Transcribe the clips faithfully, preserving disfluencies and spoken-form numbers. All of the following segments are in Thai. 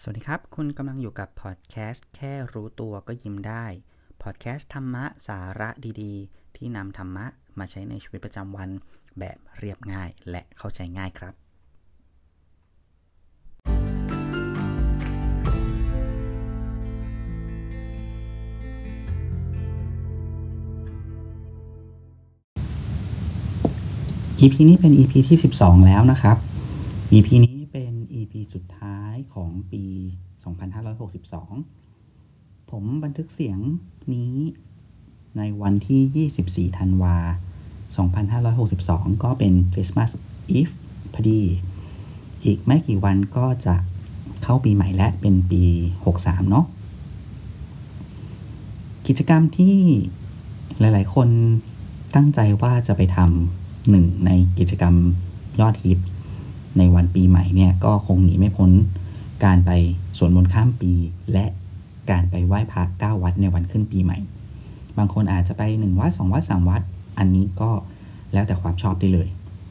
สวัสดีครับคุณกำลังอยู่กับพอดแคสต์แค่รู้ตัวก็ยิ้มได้พอดแคสต์ธรรมะสาระดีๆที่นำธรรมะมาใช้ในชีวิตประจำวันแบบเรียบง่ายและเข้าใจง่ายครับ อี พี นี้เป็น อี พี ที่สิบสองแล้วนะครับ อี พี นี้เป็น อี พี สุดท้ายของปีสองพันห้าร้อยหกสิบสองผมบันทึกเสียงนี้ในวันที่ยี่สิบสี่ธันวาคมสองพันห้าร้อยหกสิบสองก็เป็นคริสต์มาสอีฟพอดีอีกไม่กี่วันก็จะเข้าปีใหม่และเป็นปีหกสิบสามเนาะกิจกรรมที่หลายๆคนตั้งใจว่าจะไปทำหนึ่งในกิจกรรมยอดฮิตในวันปีใหม่เนี่ยก็คงหนีไม่พ้นการไปสวดมนต์ข้ามปีและการไปไหว้พระเก้าวัดในวันขึ้นปีใหม่บางคนอาจจะไปหนึ่งวัดสองวัดสามวัดอันนี้ก็แล้วแต่ความชอบได้เลย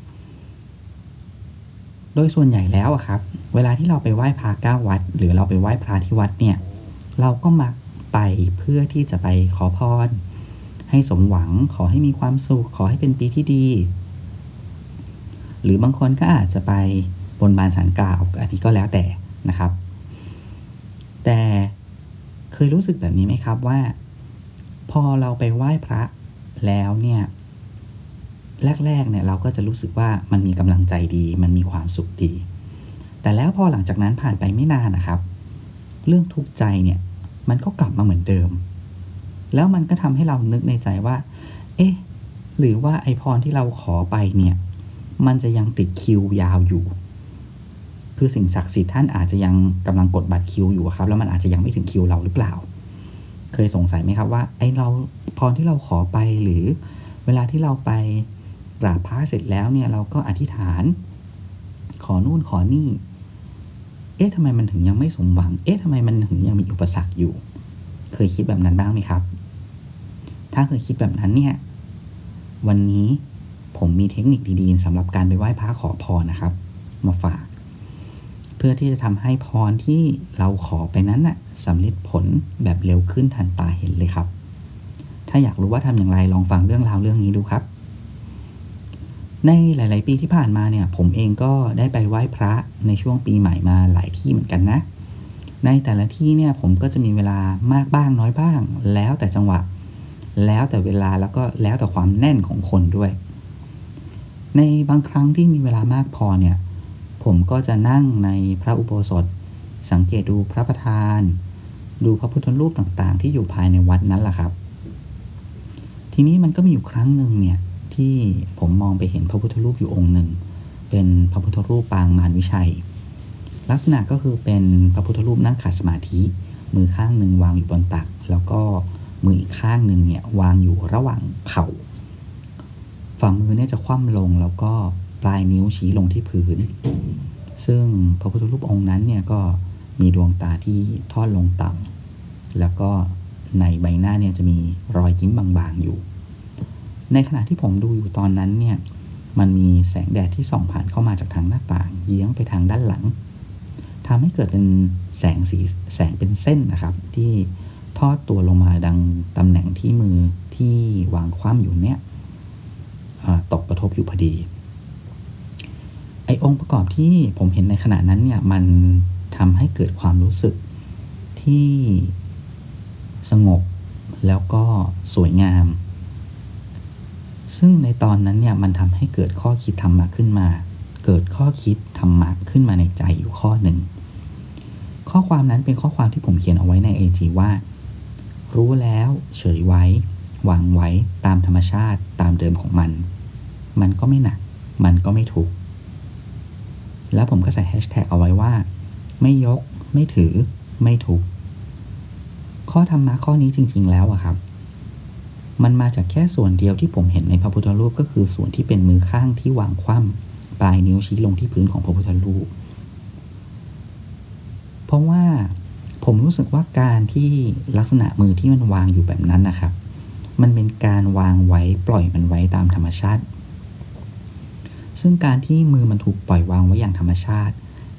โดยส่วนใหญ่แล้วอะครับเวลาที่เราไปไหว้พระเก้าวัดหรือเราไปไหว้พระที่วัดเนี่ยเราก็มักไปเพื่อที่จะไปขอพรให้สมหวังขอให้มีความสุขขอให้เป็นปีที่ดีหรือบางคนก็อาจจะไปบนบานศาลกล่าวอันนี้ก็แล้วแต่นะครับแต่เคยรู้สึกแบบนี้ไหมครับว่าพอเราไปไหว้พระแล้วเนี่ยแรกๆเนี่ยเราก็จะรู้สึกว่ามันมีกำลังใจดีมันมีความสุขดีแต่แล้วพอหลังจากนั้นผ่านไปไม่นานนะครับเรื่องทุกข์ใจเนี่ยมันก็กลับมาเหมือนเดิมแล้วมันก็ทำให้เรานึกในใจว่าเอ๊ะหรือว่าไอพรที่เราขอไปเนี่ยมันจะยังติดคิวยาวอยู่คือสิ่งศักดิ์สิทธิ์ท่านอาจจะยังกำลังกดบัตรคิวอยู่ครับแล้วมันอาจจะยังไม่ถึงคิวเราหรือเปล่าเคยสงสัยไหมครับว่าไอเราพรที่เราขอไปหรือเวลาที่เราไปกราบพระเสร็จแล้วเนี่ยเราก็อธิษฐานขอนู่นขอนี่เอ๊ะทำไมมันถึงยังไม่สมหวังเอ๊ะทำไมมันถึงยังมีอุปสรรคอยู่เคยคิดแบบนั้นบ้างไหมครับถ้าเคยคิดแบบนั้นเนี่ยวันนี้ผมมีเทคนิคดีๆสำหรับการไปไหว้พระขอพรนะครับมาฝากเพื่อที่จะทำให้พรที่เราขอไปนั้นน่ะสำเร็จผลแบบเร็วขึ้นทันตาเห็นเลยครับถ้าอยากรู้ว่าทำอย่างไรลองฟังเรื่องราวเรื่องนี้ดูครับในหลายๆปีที่ผ่านมาเนี่ยผมเองก็ได้ไปไหว้พระในช่วงปีใหม่มาหลายที่เหมือนกันนะในแต่ละที่เนี่ยผมก็จะมีเวลามากบ้างน้อยบ้างแล้วแต่จังหวะแล้วแต่เวลาแล้วก็แล้วแต่ความแน่นของคนด้วยในบางครั้งที่มีเวลามากพอเนี่ยผมก็จะนั่งในพระอุโบสถสังเกตดูพระประธานดูพระพุทธรูปต่างๆที่อยู่ภายในวัดนั้นแหละครับทีนี้มันก็มีอยู่ครั้งหนึ่งเนี่ยที่ผมมองไปเห็นพระพุทธรูปอยู่องค์หนึ่งเป็นพระพุทธรูปปางมารวิชัยลักษณะก็คือเป็นพระพุทธรูปนั่งขัดสมาธิมือข้างหนึ่งวางอยู่บนตักแล้วก็มืออีกข้างหนึ่งเนี่ยวางอยู่ระหว่างเข่าฝ่ามือเนี่ยจะคว่ำลงแล้วก็ปลายนิ้วชี้ลงที่พื้นซึ่งพระพุทธรูปองค์นั้นเนี่ยก็มีดวงตาที่ทอดลงต่ำแล้วก็ในใบหน้าเนี่ยจะมีรอยยิ้มบางๆอยู่ในขณะที่ผมดูอยู่ตอนนั้นเนี่ยมันมีแสงแดดที่ส่องผ่านเข้ามาจากทางหน้าต่างเยื้องไปทางด้านหลังทำให้เกิดเป็นแสงสีแสงเป็นเส้นนะครับที่ทอดตัวลงมาดังตำแหน่งที่มือที่วางคว่ำอยู่เนี่ยตกกระทบอยู่พอดีไอ้องค์ประกอบที่ผมเห็นในขณะนั้นเนี่ยมันทำให้เกิดความรู้สึกที่สงบแล้วก็สวยงามซึ่งในตอนนั้นเนี่ยมันทำให้เกิดข้อคิดธรรมะขึ้นมาเกิดข้อคิดธรรมะขึ้นมาในใจอยู่ข้อหนึ่งข้อความนั้นเป็นข้อความที่ผมเขียนเอาไว้ใน ไอ จี ว่ารู้แล้วเฉยไว้วางไว้ตามธรรมชาติตามเดิมของมันมันก็ไม่หนักมันก็ไม่ทุกข์แล้วผมก็ใส่แฮชแท็กเอาไว้ว่าไม่ยกไม่ถือไม่ทุกข์ข้อธรรมะข้อนี้จริงๆแล้วอะครับมันมาจากแค่ส่วนเดียวที่ผมเห็นในพระพุทธรูปก็คือส่วนที่เป็นมือข้างที่วางคว่ำปลายนิ้วชี้ลงที่พื้นของพระพุทธรูปเพราะว่าผมรู้สึกว่าการที่ลักษณะมือที่มันวางอยู่แบบนั้นนะครับมันเป็นการวางไว้ปล่อยมันไว้ตามธรรมชาติซึ่งการที่มือมันถูกปล่อยวางไว้อย่างธรรมชาติ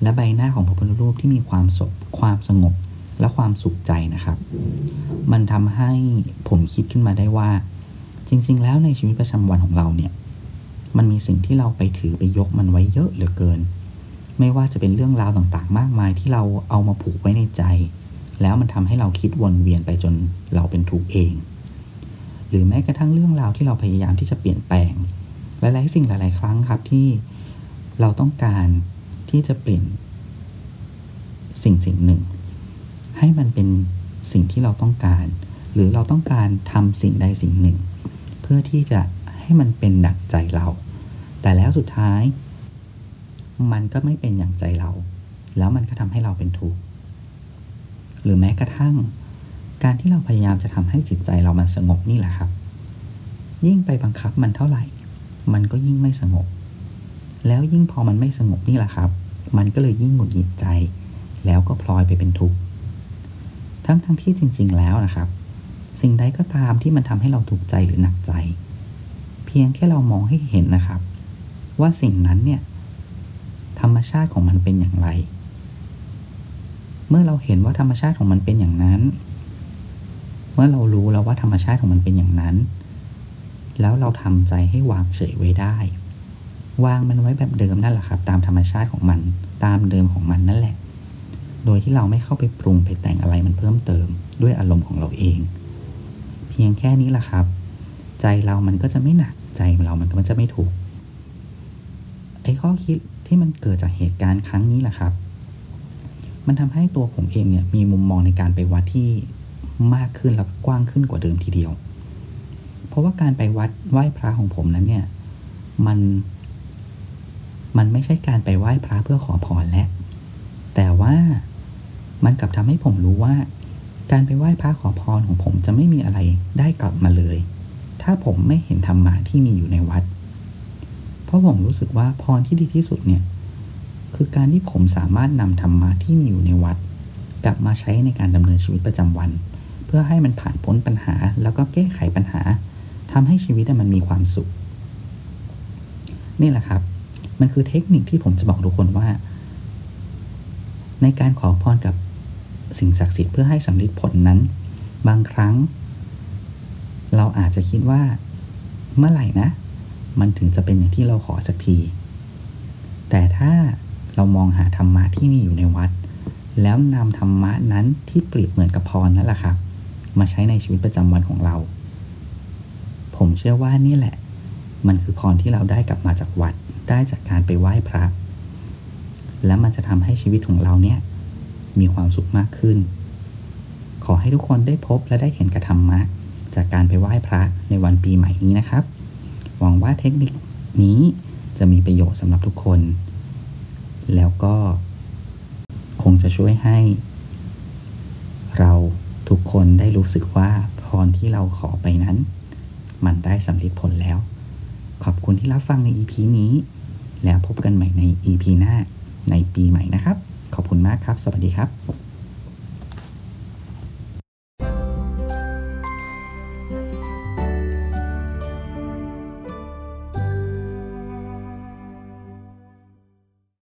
และใบหน้าของพระพุทธรูปที่มีความสงบความสงบและความสุขใจนะครับมันทำให้ผมคิดขึ้นมาได้ว่าจริงๆแล้วในชีวิตประจำวันของเราเนี่ยมันมีสิ่งที่เราไปถือไปยกมันไว้เยอะเหลือเกินไม่ว่าจะเป็นเรื่องราวต่างๆมากมายที่เราเอามาผูกไว้ในใจแล้วมันทำให้เราคิดวนเวียนไปจนเราเป็นทุกข์เองหรือแม้กระทั่งเรื่องราวที่เราพยายามที่จะเปลี่ยนแปลงหลายๆสิ่งหลายๆครั้งครับที่เราต้องการที่จะเปลี่ยนสิ่งสิ่งหนึ่งให้มันเป็นสิ่งที่เราต้องการหรือเราต้องการทำสิ่งใดสิ่งหนึ่งเพื่อที่จะให้มันเป็นดั่งใจเราแต่แล้วสุดท้ายมันก็ไม่เป็นอย่างใจเราแล้วมันก็ทำให้เราเป็นทุกข์หรือแม้กระทั่งการที่เราพยายามจะทำให้จิตใจเรามันสงบนี่แหละครับยิ่งไปบังคับมันเท่าไหร่มันก็ยิ่งไม่สงบแล้วยิ่งพอมันไม่สงบนี่แหละครับมันก็เลยยิ่งหงุดหงิดใจแล้วก็พลอยไปเป็นทุกข์ทั้งทั้งที่จริงๆแล้วนะครับสิ่งใดก็ตามที่มันทำให้เราทุกข์ใจหรือหนักใจเพียงแค่เรามองให้เห็นนะครับว่าสิ่งนั้นเนี่ยธรรมชาติของมันเป็นอย่างไรเมื่อเราเห็นว่าธรรมชาติของมันเป็นอย่างนั้นเมื่อเรารู้แล้วว่าธรรมชาติของมันเป็นอย่างนั้นแล้วเราทำใจให้วางเฉยไว้ได้วางมันไว้แบบเดิมนั่นแหละครับตามธรรมชาติของมันตามเดิมของมันนั่นแหละโดยที่เราไม่เข้าไปปรุงไปแต่งอะไรมันเพิ่มเติมด้วยอารมณ์ของเราเองเพียงแค่นี้แหละครับใจเรามันก็จะไม่หนักใจเรามันก็จะไม่ถูกไอ้ข้อคิดที่มันเกิดจากเหตุการณ์ครั้งนี้แหละครับมันทำให้ตัวผมเองเนี่ยมีมุมมองในการไปวัดที่มากขึ้นและกว้างขึ้นกว่าเดิมทีเดียวเพราะว่าการไปวัดไหว้พระของผมนั้นเนี่ยมันมันไม่ใช่การไปไหว้พระเพื่อขอพรแล้วแต่ว่ามันกลับทำให้ผมรู้ว่าการไปไหว้พระขอพรของผมจะไม่มีอะไรได้กลับมาเลยถ้าผมไม่เห็นธรรมะที่มีอยู่ในวัดเพราะผมรู้สึกว่าพรที่ดีที่สุดเนี่ยคือการที่ผมสามารถนำธรรมะที่มีอยู่ในวัดกลับมาใช้ในการดำเนินชีวิตประจำวันเพื่อให้มันผ่านพ้นปัญหาแล้วก็แก้ไขปัญหาทำให้ชีวิตมันมีความสุขนี่แหละครับมันคือเทคนิคที่ผมจะบอกทุกคนว่าในการขอพรกับสิ่งศักดิ์สิทธิ์เพื่อให้สำเร็จผลนั้นบางครั้งเราอาจจะคิดว่าเมื่อไหร่นะมันถึงจะเป็นอย่างที่เราขอสักทีแต่ถ้าเรามองหาธรรมะที่มีอยู่ในวัดแล้วนำธรรมะนั้นที่เปรียบเหมือนกับพรนั่นแหละครับมาใช้ในชีวิตประจำวันของเราผมเชื่อว่านี่แหละมันคือพรที่เราได้กลับมาจากวัดได้จากการไปไหว้พระและมันจะทำให้ชีวิตของเราเนี่ยมีความสุขมากขึ้นขอให้ทุกคนได้พบและได้เห็นกับธรรมะจากการไปไหว้พระในวันปีใหม่นี้นะครับหวังว่าเทคนิคนี้จะมีประโยชน์สำหรับทุกคนแล้วก็คงจะช่วยให้เราทุกคนได้รู้สึกว่าพรที่เราขอไปนั้นมันได้สำเร็จผลแล้วขอบคุณที่รับฟังใน อี พี นี้แล้วพบกันใหม่ใน อี พี หน้าในปีใหม่นะครับขอบคุณมากครับสวัสดีครับ